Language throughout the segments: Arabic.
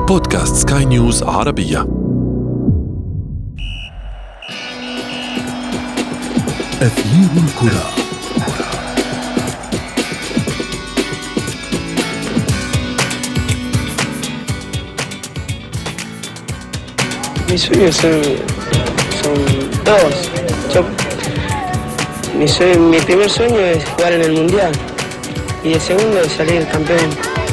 بودكاست سكاي نيوز عربية. أثير الكرة. Mis sueños son dos. Mi primer sueño es jugar en el Mundial y el segundo es salir campeón.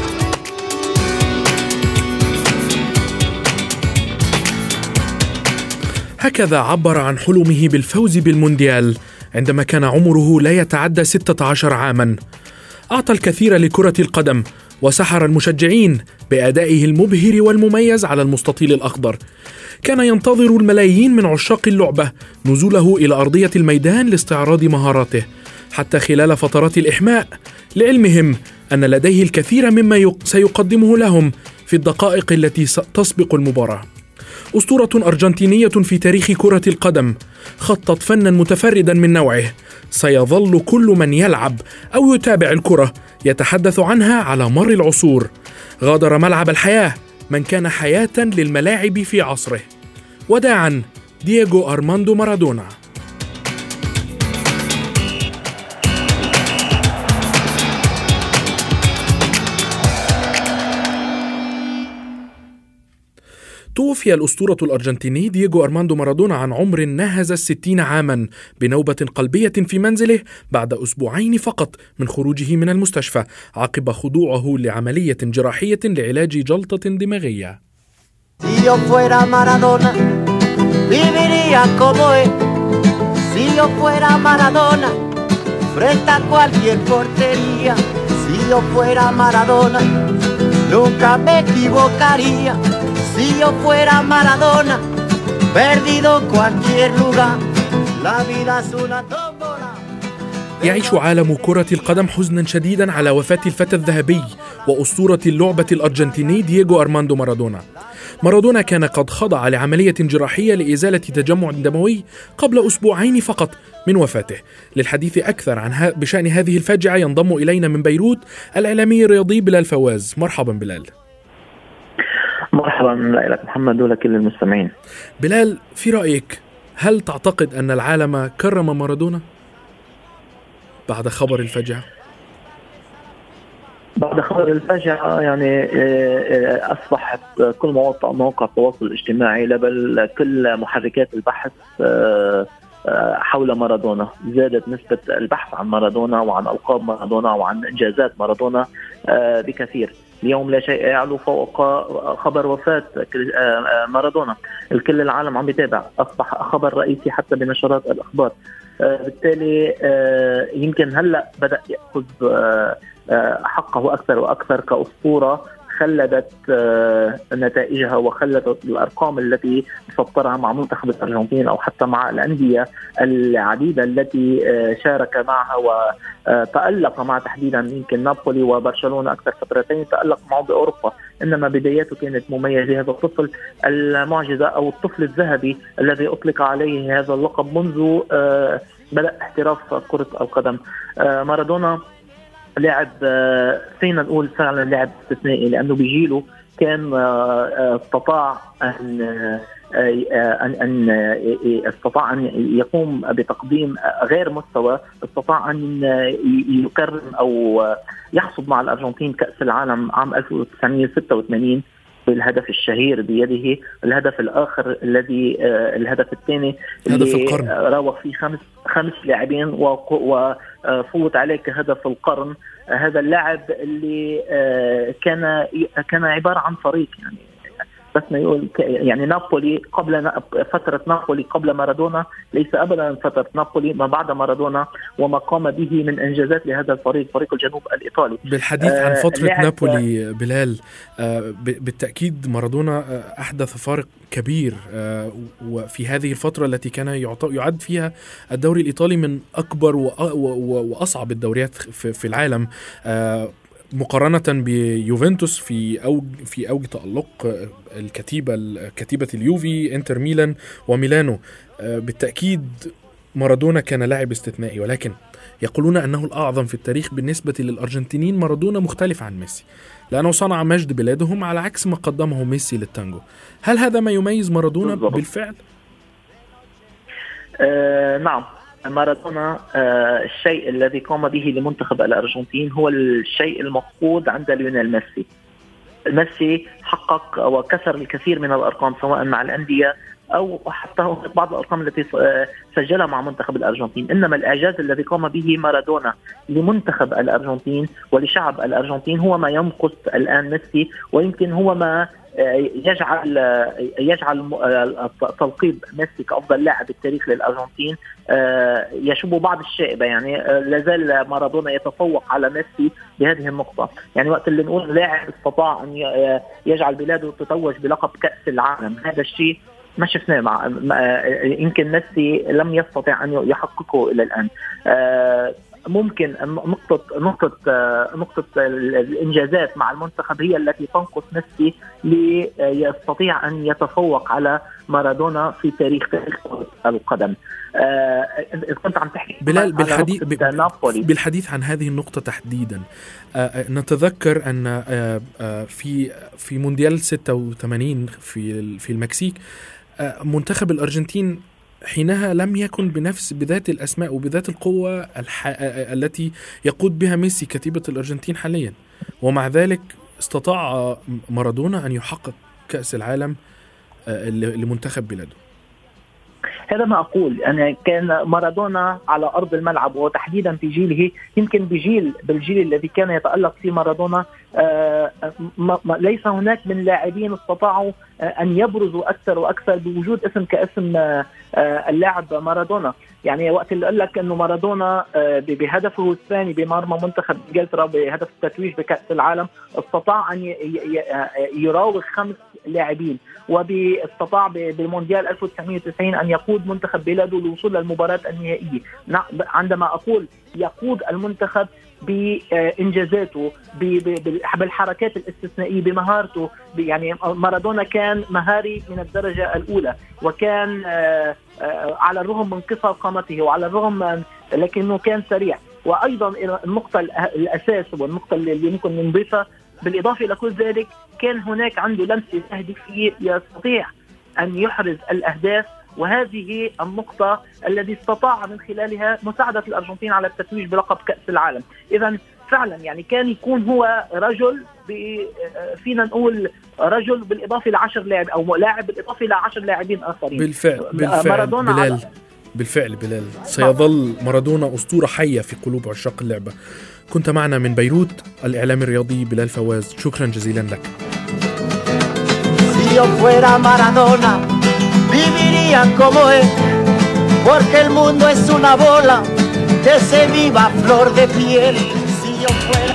هكذا عبر عن حلمه بالفوز بالمونديال عندما كان عمره لا يتعدى 16 عاما. أعطى الكثير لكرة القدم وسحر المشجعين بأدائه المبهر والمميز على المستطيل الأخضر. كان ينتظر الملايين من عشاق اللعبة نزوله إلى أرضية الميدان لاستعراض مهاراته حتى خلال فترات الإحماء، لعلمهم أن لديه الكثير مما سيقدمه لهم في الدقائق التي تسبق المباراة. أسطورة أرجنتينية في تاريخ كرة القدم، خطت فنا متفردا من نوعه سيظل كل من يلعب أو يتابع الكرة يتحدث عنها على مر العصور. غادر ملعب الحياة من كان حياة للملاعب في عصره. وداعا دييغو أرماندو مارادونا. توفي الأسطورة الأرجنتيني دييغو أرماندو مارادونا عن عمر ناهز 60 عاما بنوبة قلبية في منزله بعد أسبوعين فقط من خروجه من المستشفى عقب خضوعه لعملية جراحية لعلاج جلطة دماغية. Si yo fuera Maradona, perdido cualquier lugar, la vida es una tómbola. يعيش عالم كرة القدم حزنا شديدا على وفاة الفتى الذهبي وأسطورة اللعبة الأرجنتيني دييغو أرماندو مارادونا. مارادونا كان قد خضع لعملية جراحية لإزالة تجمع دموي قبل أسبوعين فقط من وفاته. للحديث أكثر عن بشأن هذه الفاجعة ينضم إلينا من بيروت الإعلامي الرياضي بلال فواز. مرحبا بلال. مرحبا لك محمد ولكل المستمعين. بلال، في رأيك هل تعتقد أن العالم كرم مارادونا بعد خبر الفجعة؟ بعد خبر الفجعة يعني أصبحت كل مواقع التواصل الاجتماعي بل كل محركات البحث حول مارادونا. زادت نسبة البحث عن مارادونا وعن ألقاب مارادونا وعن إنجازات مارادونا بكثير. اليوم لا شيء يعلو فوق خبر وفاة مارادونا. الكل العالم عم يتابع، أصبح خبر رئيسي حتى بنشرات الأخبار. بالتالي يمكن هلأ بدأ يأخذ حقه أكثر وأكثر كأسطورة خلدت نتائجها وخلدت الأرقام التي سطرها مع منتخب الأرجنتين أو حتى مع الأندية العديدة التي شارك معها وتألق مع تحديدا يمكن نابولي وبرشلونة أكثر فترتين تألق معه بأوروبا. إنما بدايته كانت مميزة. هذا الطفل المعجزة أو الطفل الذهبي الذي أطلق عليه هذا اللقب منذ بدأ احتراف كرة القدم. مارادونا لاعب فينا نقول فعلا لاعب استثنائي، لأنه بجيله كان استطاع أن يقوم بتقديم غير مستوى، استطاع أن يكرم أو يحصد مع الأرجنتين كأس العالم عام 1986 بالهدف الشهير بيده. الهدف الآخر الذي الهدف الثاني اللي راوغ فيه خمس لاعبين وفوت عليه كهدف القرن. هذا اللاعب اللي كان عبارة عن فريق، يعني بس ما يقول يعني نابولي قبل فترة نابولي قبل مارادونا ليس أبدا فترة نابولي ما بعد مارادونا وما قام به من إنجازات لهذا الفريق، فريق الجنوب الإيطالي. بالحديث عن فترة نابولي بلال، بالتأكيد مارادونا أحدث فارق كبير وفي هذه الفترة التي كان يعد فيها الدوري الإيطالي من أكبر وأصعب الدوريات في العالم، مقارنة بيوفنتوس في أوج تألق كتيبة اليوفي، انتر ميلان وميلانو. بالتأكيد مارادونا كان لاعب استثنائي، ولكن يقولون أنه الأعظم في التاريخ بالنسبة للأرجنتينيين. مارادونا مختلف عن ميسي لأنه صنع مجد بلادهم على عكس ما قدمه ميسي للتانجو. هل هذا ما يميز مارادونا بالفعل؟ نعم، مارادونا الشيء الذي قام به لمنتخب الأرجنتين هو الشيء المفقود عند ليونيل ميسي. ميسي حقق وكسر الكثير من الأرقام سواء مع الأندية أو حتى بعض الأرقام التي سجلها مع منتخب الأرجنتين، إنما الإعجاز الذي قام به مارادونا لمنتخب الأرجنتين ولشعب الأرجنتين هو ما ينقص الآن ميسي، ويمكن هو ما يجعل تلقيب ميسي كأفضل لاعب التاريخ للأرجنتين يشوب بعض الشائبة. يعني لازال مارادونا يتفوق على ميسي بهذه النقطة. يعني وقت اللي نقول لاعب استطاع أن يجعل بلاده تتوج بلقب كأس العالم، هذا الشيء ما شفناه يمكن ميسي لم يستطع أن يحققه إلى الآن. ممكن نقطة الإنجازات مع المنتخب هي التي تنقص ميسي ليستطيع أن يتفوق على مارادونا في تاريخ القدم. كنت عم تحكي بلال بالحديث عن هذه النقطة تحديدا. نتذكر أن في مونديال 86 في المكسيك منتخب الأرجنتين حينها لم يكن بذات الأسماء وبذات القوة التي يقود بها ميسي كتيبة الأرجنتين حاليا، ومع ذلك استطاع مارادونا أن يحقق كأس العالم لمنتخب بلاده. هذا ما أقول أنا، كان مارادونا على أرض الملعب وتحديدا في جيله، يمكن بالجيل الذي كان يتألق فيه مارادونا ليس هناك من لاعبين استطاعوا أن يبرزوا أكثر وأكثر بوجود اسم كاسم اللاعب مارادونا. يعني وقت اللي قال لك أنه مارادونا بهدفه الثاني بمرمى منتخب إنجلترا بهدف التتويج بكأس العالم استطاع أن يراوغ 5 لاعبين، واستطاع بالمونديال 1990 أن يقود منتخب بلاده للوصول للمباراة النهائية. عندما أقول يقود المنتخب بإنجازاته بالحركات الاستثنائية بمهارته، يعني مارادونا كان مهاري من الدرجة الأولى، وكان على الرغم من قصر قامته وعلى الرغم لكنه كان سريع. وأيضا النقطة الأساس والنقطة اللي ممكن نضيفها بالإضافة إلى كل ذلك، كان هناك عنده لمسة تهديفية يستطيع أن يحرز الأهداف، وهذه النقطة التي استطاع من خلالها مساعدة الأرجنتين على التتويج بلقب كأس العالم. إذن فعلا يعني كان يكون هو رجل فينا نقول رجل بالإضافة ل10 لاعب أو لاعب بالإضافة ل10 لاعبين آخرين. بالفعل بلال سيظل مارادونا أسطورة حية في قلوب عشاق اللعبة. كنت معنا من بيروت الإعلام الرياضي بلال فواز، شكرا جزيلا لك. Si yo fuera Maradona, viviría como él, porque el mundo es una bola que se viva flor de piel. Si yo fuera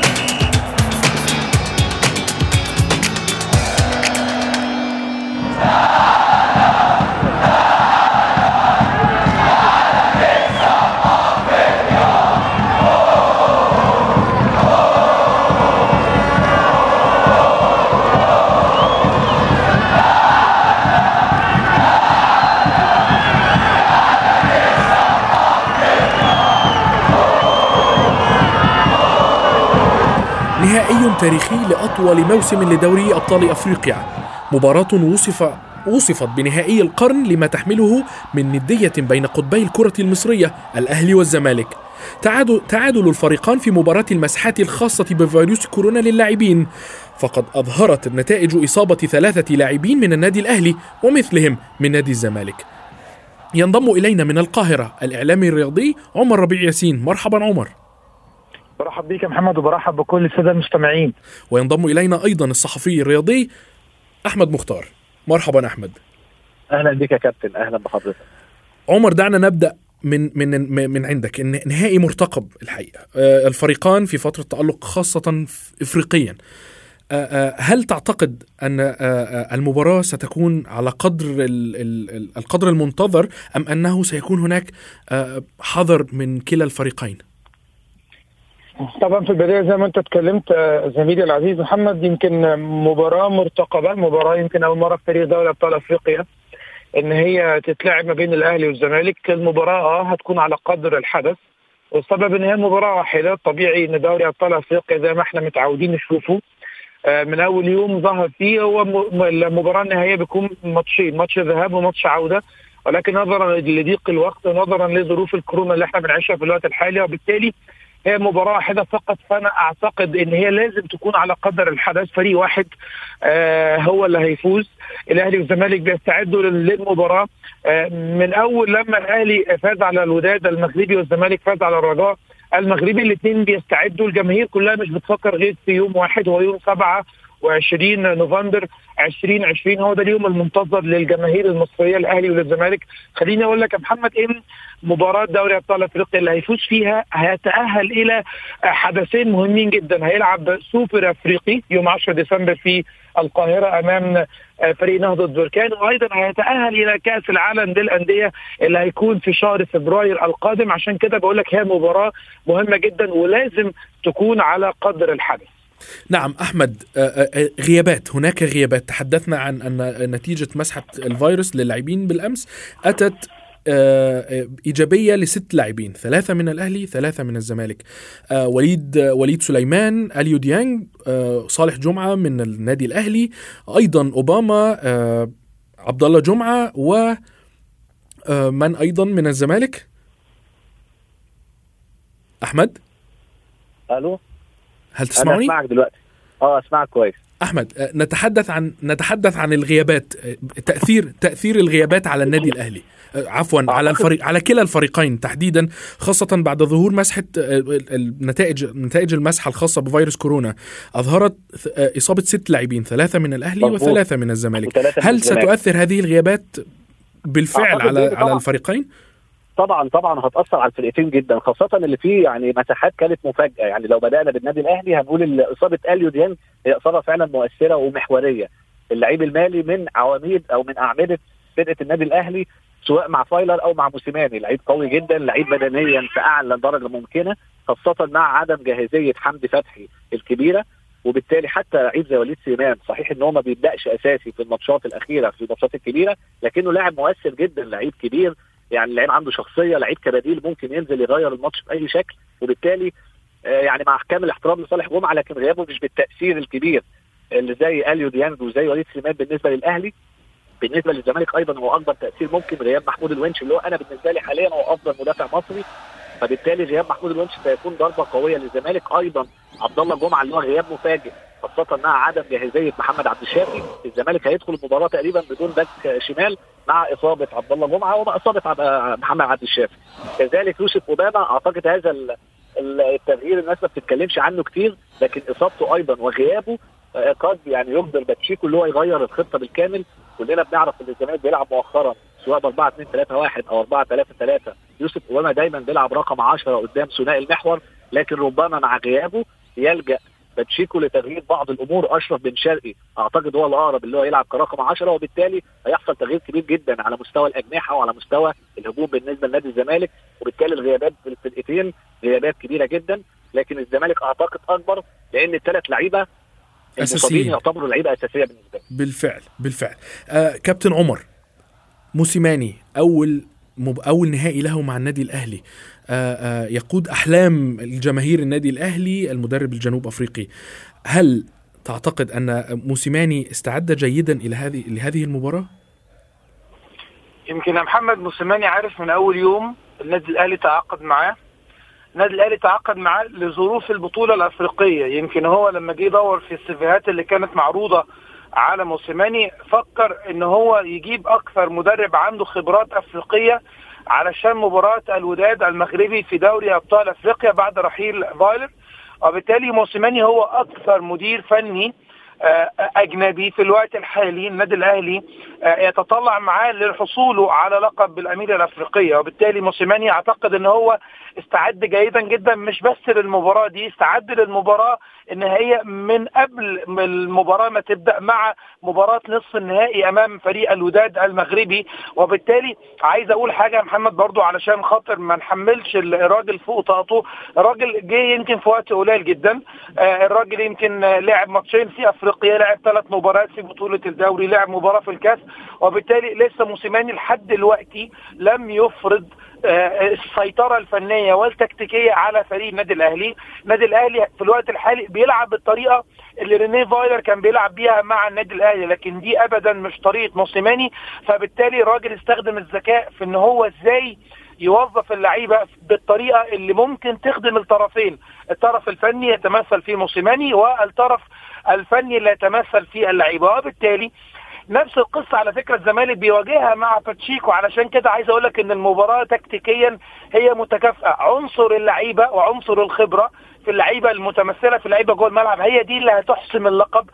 نهائي تاريخي لأطول موسم لدوري أبطال أفريقيا، مباراة وصفت بنهائي القرن لما تحمله من ندية بين قطبي الكرة المصرية الأهلي والزمالك. تعادل الفريقان في مباراة المسحات الخاصة بفيروس كورونا للاعبين، فقد أظهرت النتائج إصابة 3 لاعبين من النادي الأهلي ومثلهم من نادي الزمالك. ينضم إلينا من القاهرة الإعلامي الرياضي عمر ربيع ياسين. مرحبا عمر. برحب بيك يا محمد وبرحب بكل السادة المستمعين. وينضم إلينا أيضا الصحفي الرياضي أحمد مختار. مرحبا أحمد. أهلا بك يا كابتن، أهلا بحضرتك. عمر، دعنا نبدأ من عندك. نهائي مرتقب الحقيقة، الفريقان في فترة تألق خاصة إفريقيا. هل تعتقد أن المباراة ستكون على القدر المنتظر، أم أنه سيكون هناك حذر من كلا الفريقين؟ طبعا في البداية زي ما انت اتكلمت زميلي العزيز محمد، يمكن مباراة مرتقبة، مباراة يمكن أول مرة في تاريخ دوري أبطال أفريقيا إن هي تتلعب ما بين الأهلي والزمالك. المباراة هتكون على قدر الحدث، والسبب ان هي مباراه واحده. طبيعي ان دوري ابطال افريقيا زي ما احنا متعودين نشوفه من اول يوم ظهر فيه هو المباراه النهائيه بيكون ماتشين، ماتش ذهاب وماتش عوده، ولكن نظرا لضيق الوقت ونظرا لظروف الكورونا اللي احنا بنعيشها في الوقت الحالي، وبالتالي هي مباراة واحدة فقط. فأنا أعتقد إن هي لازم تكون على قدر الحدث. فريق واحد هو اللي هيفوز. الأهلي والزمالك بيستعدوا للمباراة من أول لما الأهلي فاز على الوداد المغربي والزمالك فاز على الرجاء المغربي. الاثنين بيستعدوا، الجماهير كلها مش بتفكر غير في يوم واحد، هو يوم 27 نوفمبر 2020. هو ده اليوم المنتظر للجماهير المصرية الأهلي والزمالك. خليني أقول لك يا محمد إن مباراة دوري أبطال أفريقيا اللي هيفوز فيها هيتأهل إلى حدثين مهمين جدا. هيلعب سوبر أفريقي يوم 10 ديسمبر في القاهرة أمام فريق نهضة بركان، وأيضا هيتأهل إلى كأس العالم للأندية اللي هيكون في شهر فبراير القادم. عشان كده بقول لك هي مباراة مهمة جدا ولازم تكون على قدر الحدث. نعم أحمد، غيابات، هناك غيابات. تحدثنا عن أن نتيجة مسحة الفيروس للاعبين بالأمس أتت إيجابية ل6 لاعبين، 3 من الأهلي 3 من الزمالك. وليد سليمان، أليو ديانج، صالح جمعة من النادي الأهلي، أيضا أوباما، عبد الله جمعة، ومن أيضا من الزمالك. أحمد ألو، هل تسمعني؟ أنا أسمعك دلوقتي. أسمعك كويس. أحمد، نتحدث عن الغيابات، تأثير الغيابات على النادي الأهلي، عفوا على الفريق، على كلا الفريقين تحديدا، خاصة بعد ظهور مسحة نتائج المسحة الخاصة بفيروس كورونا أظهرت إصابة 6 لاعبين، 3 من الأهلي و3 من الزمالك. هل ستؤثر هذه الغيابات بالفعل على الفريقين؟ طبعا هتأثر على الفرقتين جدا، خاصة اللي فيه يعني مساحات كانت مفاجئة. يعني لو بدأنا بالنادي الأهلي هنقول إصابة أليو ديانج هي إصابة فعلا مؤثرة ومحورية. اللعيب المالي من عواميد أو من أعمدة فرقة النادي الأهلي، سواء مع فايلر أو مع موسيماني. لعيب قوي جدا، لعيب بدنيا في أعلى درجة ممكنة، خاصة مع عدم جاهزية حمدي فتحي الكبيرة. وبالتالي حتى لعيب زي وليد سليمان، صحيح إن هو ما بيبدأش أساسي في الماتشات الأخيرة في الماتشات الكبيرة، لكنه لاعب مؤثر جدا، لعيب كبير، يعني لعيب عنده شخصية، لعيب كبديل ممكن ينزل يغير الماتش بأي شكل. وبالتالي يعني مع كامل الاحترام لصالح جمعة، لكن غيابه مش بالتأثير الكبير اللي زي أليو ديانج وزي وليد سليمان بالنسبة للأهلي. بالنسبة للزمالك أيضا هو أكبر تأثير ممكن غياب محمود الونش، اللي هو أنا بالنسبة لي حاليا هو أفضل مدافع مصري. فبالتالي غياب محمود الونش سيكون ضربة قوية للزمالك. أيضا عبد الله جمعة اللي هو غياب مفاجئ، خاصة مع عدم جاهزية محمد عبد الشافي. الزمالك هيدخل المباراة تقريبا بدون باك شمال مع إصابة عبد الله جمعة ومع إصابة محمد عبد الشافي. كذلك يوسف أوباما، أعتقد هذا التغيير الناس ما بتتكلمش عنه كتير، لكن إصابته أيضا وغيابه قد يعني يقدر باتشيكو اللي هو يغير الخطة بالكامل. كلنا بنعرف ان الزمالك بيلعب مؤخرا سواء ب 4-2-3-1 او 4-3-3. يوسف اوباما دايما بيلعب رقم 10 قدام ثنائي المحور، لكن ربما مع غيابه يلجأ باتشيكو لتغيير بعض الامور. اشرف بن شرقي اعتقد هو الاقرب اللي هو يلعب كرقم 10، وبالتالي هيحصل تغيير كبير جدا على مستوى الاجنحه وعلى مستوى الهجوم بالنسبه لنادي الزمالك. وبالتالي الغيابات في الفرقتين غيابات كبيره جدا، لكن الزمالك اعتقد اكبر لان ال3 لعيبه المصابين يعتبروا لعيبه اساسيه بالنسبه له. بالفعل. كابتن عمر، موسيماني اول نهائي له مع النادي الاهلي، يقود احلام الجماهير النادي الاهلي، المدرب الجنوب افريقي. هل تعتقد ان موسيماني استعد جيدا لهذه المباراه؟ يمكن يا محمد موسيماني عارف من اول يوم النادي الاهلي تعاقد معاه. النادي الاهلي تعاقد معاه لظروف البطوله الافريقيه. يمكن هو لما جه يدور في السيفيهات اللي كانت معروضه على موسيماني فكر ان هو يجيب اكثر مدرب عنده خبرات افريقيه علشان مباراه الوداد المغربي في دوري ابطال افريقيا بعد رحيل فايلر. وبالتالي موسيماني هو اكثر مدير فني اجنبي في الوقت الحالي النادي الاهلي يتطلع معاه للحصول على لقب بالاميره الافريقيه. وبالتالي موسيماني اعتقد ان هو استعد جيدا جدا، مش بس للمباراه دي، استعد للمباراه النهائيه من قبل المباراه ما تبدا مع مباراه نصف النهائي امام فريق الوداد المغربي. وبالتالي عايز اقول حاجه يا محمد برضو علشان خاطر ما نحملش الراجل فوق طاقته. الراجل جه يمكن في وقت قليل جدا. الراجل يمكن لعب ماتشين في افريقيا، لعب 3 مباريات في بطوله الدوري، لعب مباراه في الكاس. وبالتالي لسه موسيماني لحد دلوقتي لم يفرض السيطرة الفنية الفنيه والتكتيكيه على فريق النادي الاهلي. النادي الاهلي في الوقت الحالي بيلعب بالطريقه اللي رينيه فايلر كان بيلعب بيها مع النادي الاهلي، لكن دي ابدا مش طريقه موسيماني. فبالتالي الراجل استخدم الذكاء في ان هو ازاي يوظف اللعيبه بالطريقه اللي ممكن تخدم الطرفين، الطرف الفني يتمثل فيه موسيماني والطرف الفني اللي يتمثل فيه اللعيبه. وبالتالي نفس القصه على فكره الزمالك بيواجهها مع باتشيكو. علشان كده عايز اقول لك ان المباراه تكتيكيا هي متكافئه، عنصر اللعيبه وعنصر الخبره في اللعيبه المتمثله في اللعيبه جوه الملعب هي دي اللي هتحسم اللقب،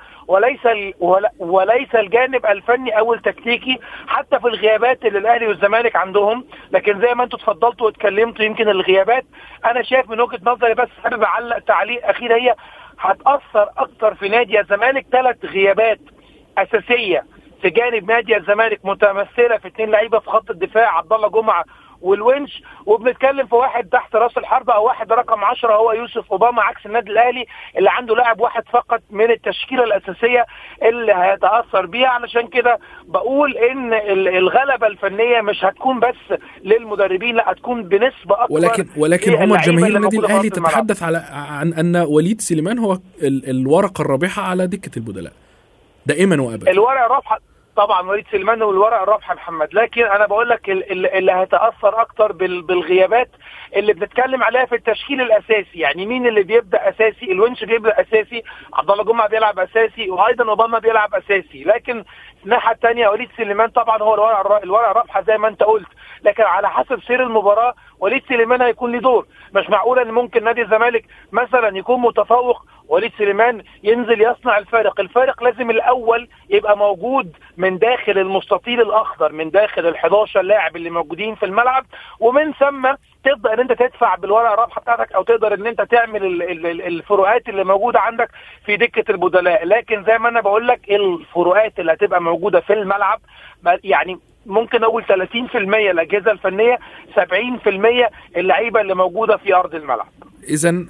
وليس الجانب الفني او التكتيكي حتى في الغيابات اللي الاهلي والزمالك عندهم. لكن زي ما انتم اتفضلتوا واتكلمتوا، يمكن الغيابات انا شايف من وجهه نظري، بس حابب اعلق تعليق اخير، هي هتاثر اكتر في نادي الزمالك. 3 غيابات اساسيه في جانب نادي الزمالك متمثله في 2 لعيبه في خط الدفاع، عبد الله جمعه والونش، وبنتكلم في واحد تحت راس الحربة او واحد رقم 10 هو يوسف اوباما، عكس النادي الاهلي اللي عنده لاعب واحد فقط من التشكيلة الاساسية اللي هيتأثر بيها. علشان كده بقول ان الغلبة الفنية مش هتكون بس للمدربين، لا هتكون بنسبة اكبر. ولكن عمر، جماهير النادي الاهلي تتحدث عن ان وليد سليمان هو الورقة الرابحة على دكة البدلاء دائما وابدا. الورقة الرابحة طبعا وليد سليمان والورقه الرابحه محمد، لكن انا بقول لك اللي هيتاثر اكتر بالغيابات اللي بنتكلم عليها في التشكيل الاساسي. يعني مين اللي بيبدا اساسي؟ الونش بيبدا اساسي، عبد الله جمعه بيلعب اساسي، وايضا اوباما بيلعب اساسي. لكن الناحيه الثانيه وليد سليمان طبعا هو الورقه الرابحه زي ما انت قلت، لكن على حسب سير المباراه وليد سليمان هيكون له دور. مش معقوله ان ممكن نادي الزمالك مثلا يكون متفوق وليد سليمان ينزل يصنع الفارق لازم الاول يبقى موجود من داخل المستطيل الاخضر، من داخل ال11 لاعب اللي موجودين في الملعب، ومن ثم تقدر ان انت تدفع بالورقه الرابحه بتاعتك، او تقدر ان انت تعمل الفروقات اللي موجوده عندك في دكه البدلاء. لكن زي ما انا بقول لك الفروقات اللي هتبقى موجوده في الملعب يعني ممكن اقول 30% الاجهزه الفنيه، 70% اللعيبه اللي موجوده في ارض الملعب. إذن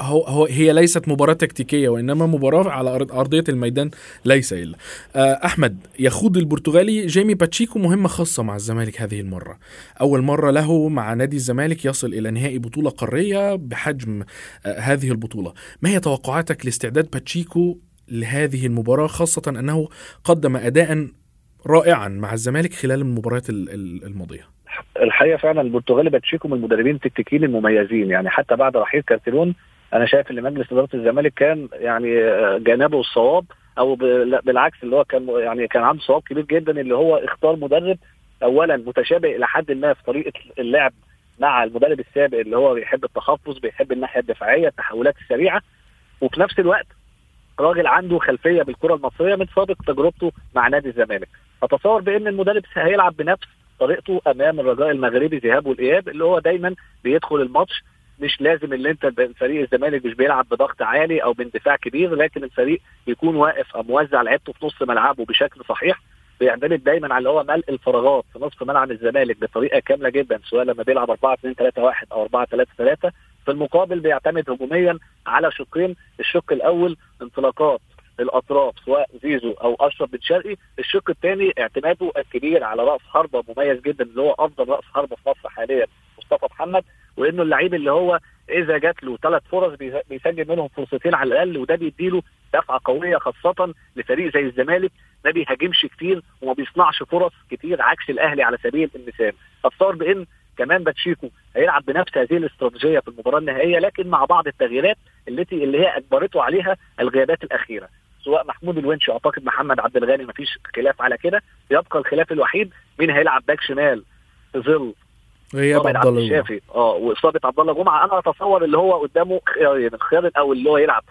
هي ليست مباراة تكتيكية، وإنما مباراة على أرضية الميدان ليس إلا. أحمد، يخوض البرتغالي جيمي باتشيكو مهمة خاصة مع الزمالك هذه المرة، أول مرة له مع نادي الزمالك يصل إلى نهائي بطولة قارية بحجم هذه البطولة. ما هي توقعاتك لاستعداد باتشيكو لهذه المباراة، خاصة أنه قدم أداء رائعا مع الزمالك خلال المباريات الماضية؟ الحقيقه فعلا البرتغالي باتشيكو من المدربين التكتيكيين المميزين. يعني حتى بعد رحيل كارتيرون انا شايف ان مجلس اداره الزمالك كان يعني جانبه الصواب، او بالعكس اللي هو كان عنده صواب كبير جدا، اللي هو اختار مدرب اولا متشابه الى حد ما في طريقه اللعب مع المدرب السابق، اللي هو بيحب التخصص، بيحب الناحيه الدفاعيه، التحولات السريعه، وفي نفس الوقت راجل عنده خلفيه بالكره المصريه من سابق تجربته مع نادي الزمالك. اتصور بان المدرب هيلعب بنفس طريقته امام الرجاء المغربي ذهاب والاياب، اللي هو دايما بيدخل الماتش مش لازم اللي انت فريق الزمالك مش بيلعب بضغط عالي او باندفاع كبير، لكن الفريق يكون واقف او موزع لعيبته في نص ملعبه بشكل صحيح، بيعتمد دايما على اللي هو ملء الفراغات في نصف ملعب الزمالك بطريقه كامله جدا، سواء لما بيلعب 4-2-3-1 او 4-3-3. في المقابل بيعتمد هجوميا على شقين، الشق الاول انطلاقات الاطراف سواء زيزو او اشرف بن شرقي، الشق الثاني اعتماده الكبير على راس حربه مميز جدا اللي هو افضل راس حربه في مصر حاليا مصطفى محمد، وانه اللعيب اللي هو اذا جات له 3 فرص بيسجل منهم فرصتين على الاقل، وده بيديله دفعه قويه خاصه لفريق زي الزمالك ما بيهاجمش كتير وما بيصنعش فرص كتير عكس الاهلي على سبيل المثال. اتصور بان كمان باتشيكو هيلعب بنفس هذه الاستراتيجيه في المباراه النهائيه، لكن مع بعض التغييرات اللي هي اجبرته عليها الغيابات الاخيره، سواء محمود الونش، اعتقد محمد عبد الغني مفيش خلاف على كده. يبقى الخلاف الوحيد مين هيلعب باك شمال في ظل غياب عبد الله الشافي واصابه عبد الله جمعه. انا اتصور اللي هو قدامه خيارين، الخيار الاول اللي هو يلعب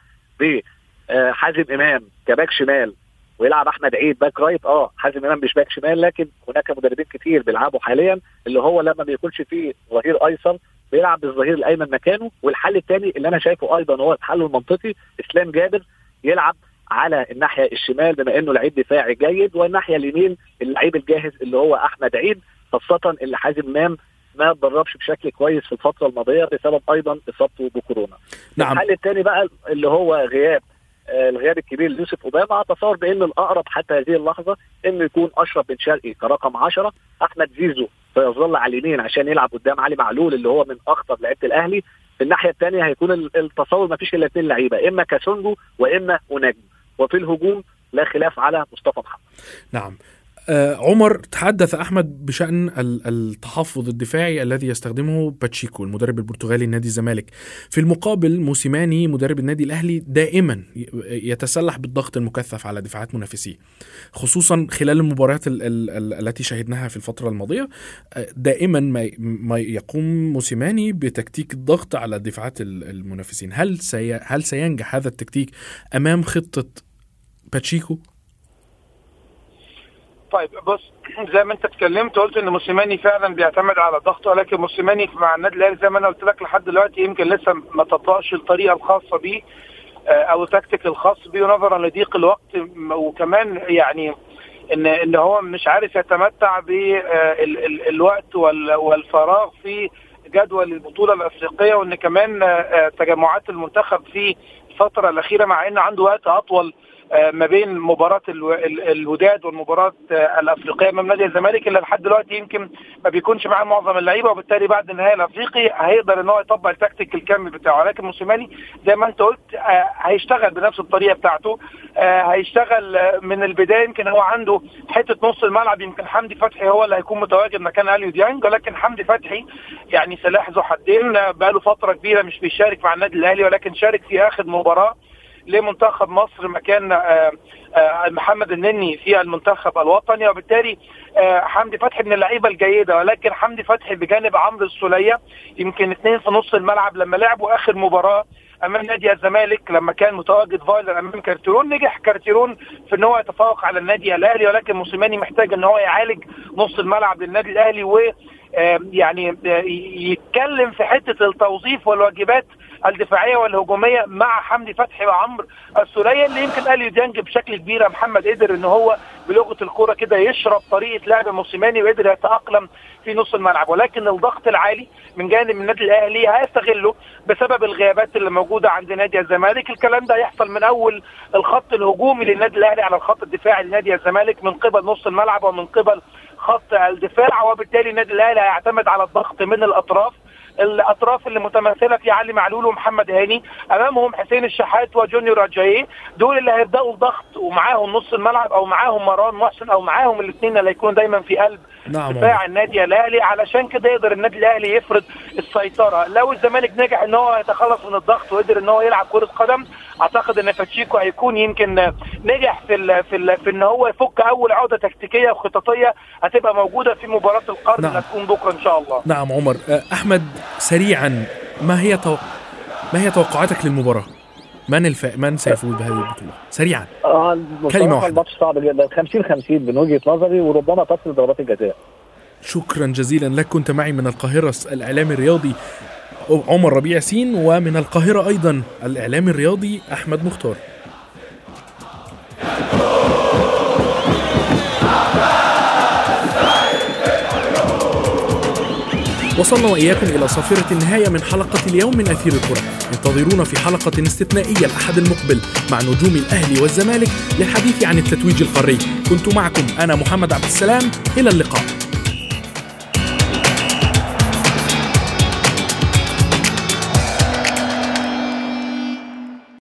بحازم امام كباك شمال ويلعب احمد عيد باك رايت. حازم امام مش باك شمال، لكن هناك مدربين كتير بيلعبوا حاليا اللي هو لما بيكونش فيه ظهير ايسر بيلعب بالظهير الايمن مكانه. والحل الثاني اللي انا شايفه ايضا هو الحل المنطقي، اسلام جابر يلعب على الناحيه الشمال بما انه لعيب دفاعي جيد، والناحيه اليمين اللعيب الجاهز اللي هو احمد عيد، خاصه اللي حازم امام ما اتدربش بشكل كويس في الفتره الماضيه بسبب ايضا اصابته بكورونا. نعم. الحل الثاني بقى اللي هو غياب الغياب الكبير ليوسف اوباما، اتصور بان الاقرب حتى هذه اللحظه انه يكون اشرف بن شرقي كرقم 10، احمد زيزو سيظل على اليمين عشان يلعب قدام علي معلول اللي هو من اخطر لعيبه الاهلي. في الناحيه الثانيه هيكون التصور ما فيش الا 2 لعيبه، اما كاسونجو واما ونجم، وفي الهجوم لا خلاف على مصطفى محمد. نعم. عمر، تحدث أحمد بشأن التحفظ الدفاعي الذي يستخدمه باتشيكو المدرب البرتغالي لنادي الزمالك. في المقابل موسيماني مدرب النادي الأهلي دائما يتسلح بالضغط المكثف على دفاعات منافسيه، خصوصا خلال المباريات التي شاهدناها في الفترة الماضية. دائما ما يقوم موسيماني بتكتيك الضغط على دفاعات المنافسين. هل سينجح هذا التكتيك أمام خطة باتشيكو؟ طيب بص، زي ما انت اتكلمت قلت ان موسيماني فعلا بيعتمد على الضغط، ولكن موسيماني مع النادي الاهلي زي ما انا قلت لك لحد دلوقتي يمكن لسه ما تطبقش الطريقه الخاصه بيه او التكتيك الخاص بيه نظرا لضيق الوقت، وكمان يعني ان هو مش عارف يتمتع بالوقت والفراغ في جدول البطوله الافريقيه، وان كمان تجمعات المنتخب في الفتره الاخيره مع ان عنده وقت اطول ما بين مباراة الوداد والمباراة الأفريقية من نادي الزمالك، اللي لحد دلوقتي يمكن ما بيكونش معاه معظم اللعيبة، وبالتالي بعد النهائي الأفريقي هيقدر ان هو يطبق التكتيك الكامل بتاعه. لكن موسيماني زي ما انت قلت هيشتغل بنفس الطريقة بتاعته، هيشتغل من البداية. يمكن هو عنده حتة نص الملعب، يمكن حمدي فتحي هو اللي هيكون متواجد مكان أليو ديانج، ولكن حمدي فتحي يعني سلاح ذو حدين، بقاله فترة كبيرة مش بيشارك مع النادي الأهلي، ولكن شارك في آخر مباراة لمنتخب مصر مكان محمد النني في المنتخب الوطني، وبالتالي حمدي فتحي من اللعيبه الجيده. ولكن حمدي فتحي بجانب عمرو السولية يمكن 2 في نص الملعب لما لعبوا اخر مباراه امام نادي الزمالك لما كان متواجد فايلر امام كارتيرون، نجح كارتيرون في ان هو يتفوق على النادي الاهلي، ولكن موسيماني محتاج ان هو يعالج نص الملعب للنادي الاهلي و يعني يتكلم في حته التوظيف والواجبات الدفاعيه والهجوميه مع حمدي فتحي وعمرو السولية، اللي يمكن أليو ديانج بشكل كبير محمد قدر ان هو بلغه الكوره كده يشرب طريقه لعب موسيماني وقدر يتاقلم في نص الملعب. ولكن الضغط العالي من جانب النادي الاهلي هيستغله بسبب الغيابات اللي موجوده عند نادي الزمالك. الكلام ده يحصل من اول الخط الهجومي للنادي الاهلي على الخط الدفاعي لنادي الزمالك من قبل نص الملعب ومن قبل خط الدفاع، وبالتالي النادي الاهلي هيعتمد على الضغط من الاطراف اللي متمثله في علي معلول ومحمد هاني، امامهم حسين الشحات وجونيور اجاييه، دول اللي هيبداوا الضغط، ومعاهم نص الملعب او معاهم مروان محسن او معاهم الاثنين اللي هيكونوا دايما في قلب دفاع النادي الاهلي. علشان كده يقدر النادي الاهلي يفرض السيطره. لو الزمالك نجح ان هو يتخلص من الضغط وقدر ان هو يلعب كره قدم، اعتقد ان باتشيكو هيكون يمكن نجح في ان هو يفك اول عقده تكتيكيه وخططيه هتبقى موجوده في مباراه القرن اللي هتكون بكره ان شاء الله. نعم عمر. احمد، سريعا ما هي توقعاتك للمباراه؟ من سيفوز بهذه البطوله سريعا؟ كلمه واحده. الماتش صعب جدا، 50-50 من وجهه نظري، وربما تصل ضربات الجزاء. شكرا جزيلا لك. كنت معي من القاهره الاعلامي الرياضي عمر ربيع ياسين، ومن القاهره ايضا الاعلامي الرياضي احمد مختار. وصلنا وإياكم إلى صافرة النهاية من حلقة اليوم من أثير الكرة. انتظرونا في حلقة استثنائية الأحد المقبل مع نجوم الأهلي والزمالك للحديث عن التتويج القاري. كنت معكم أنا محمد عبد السلام، إلى اللقاء.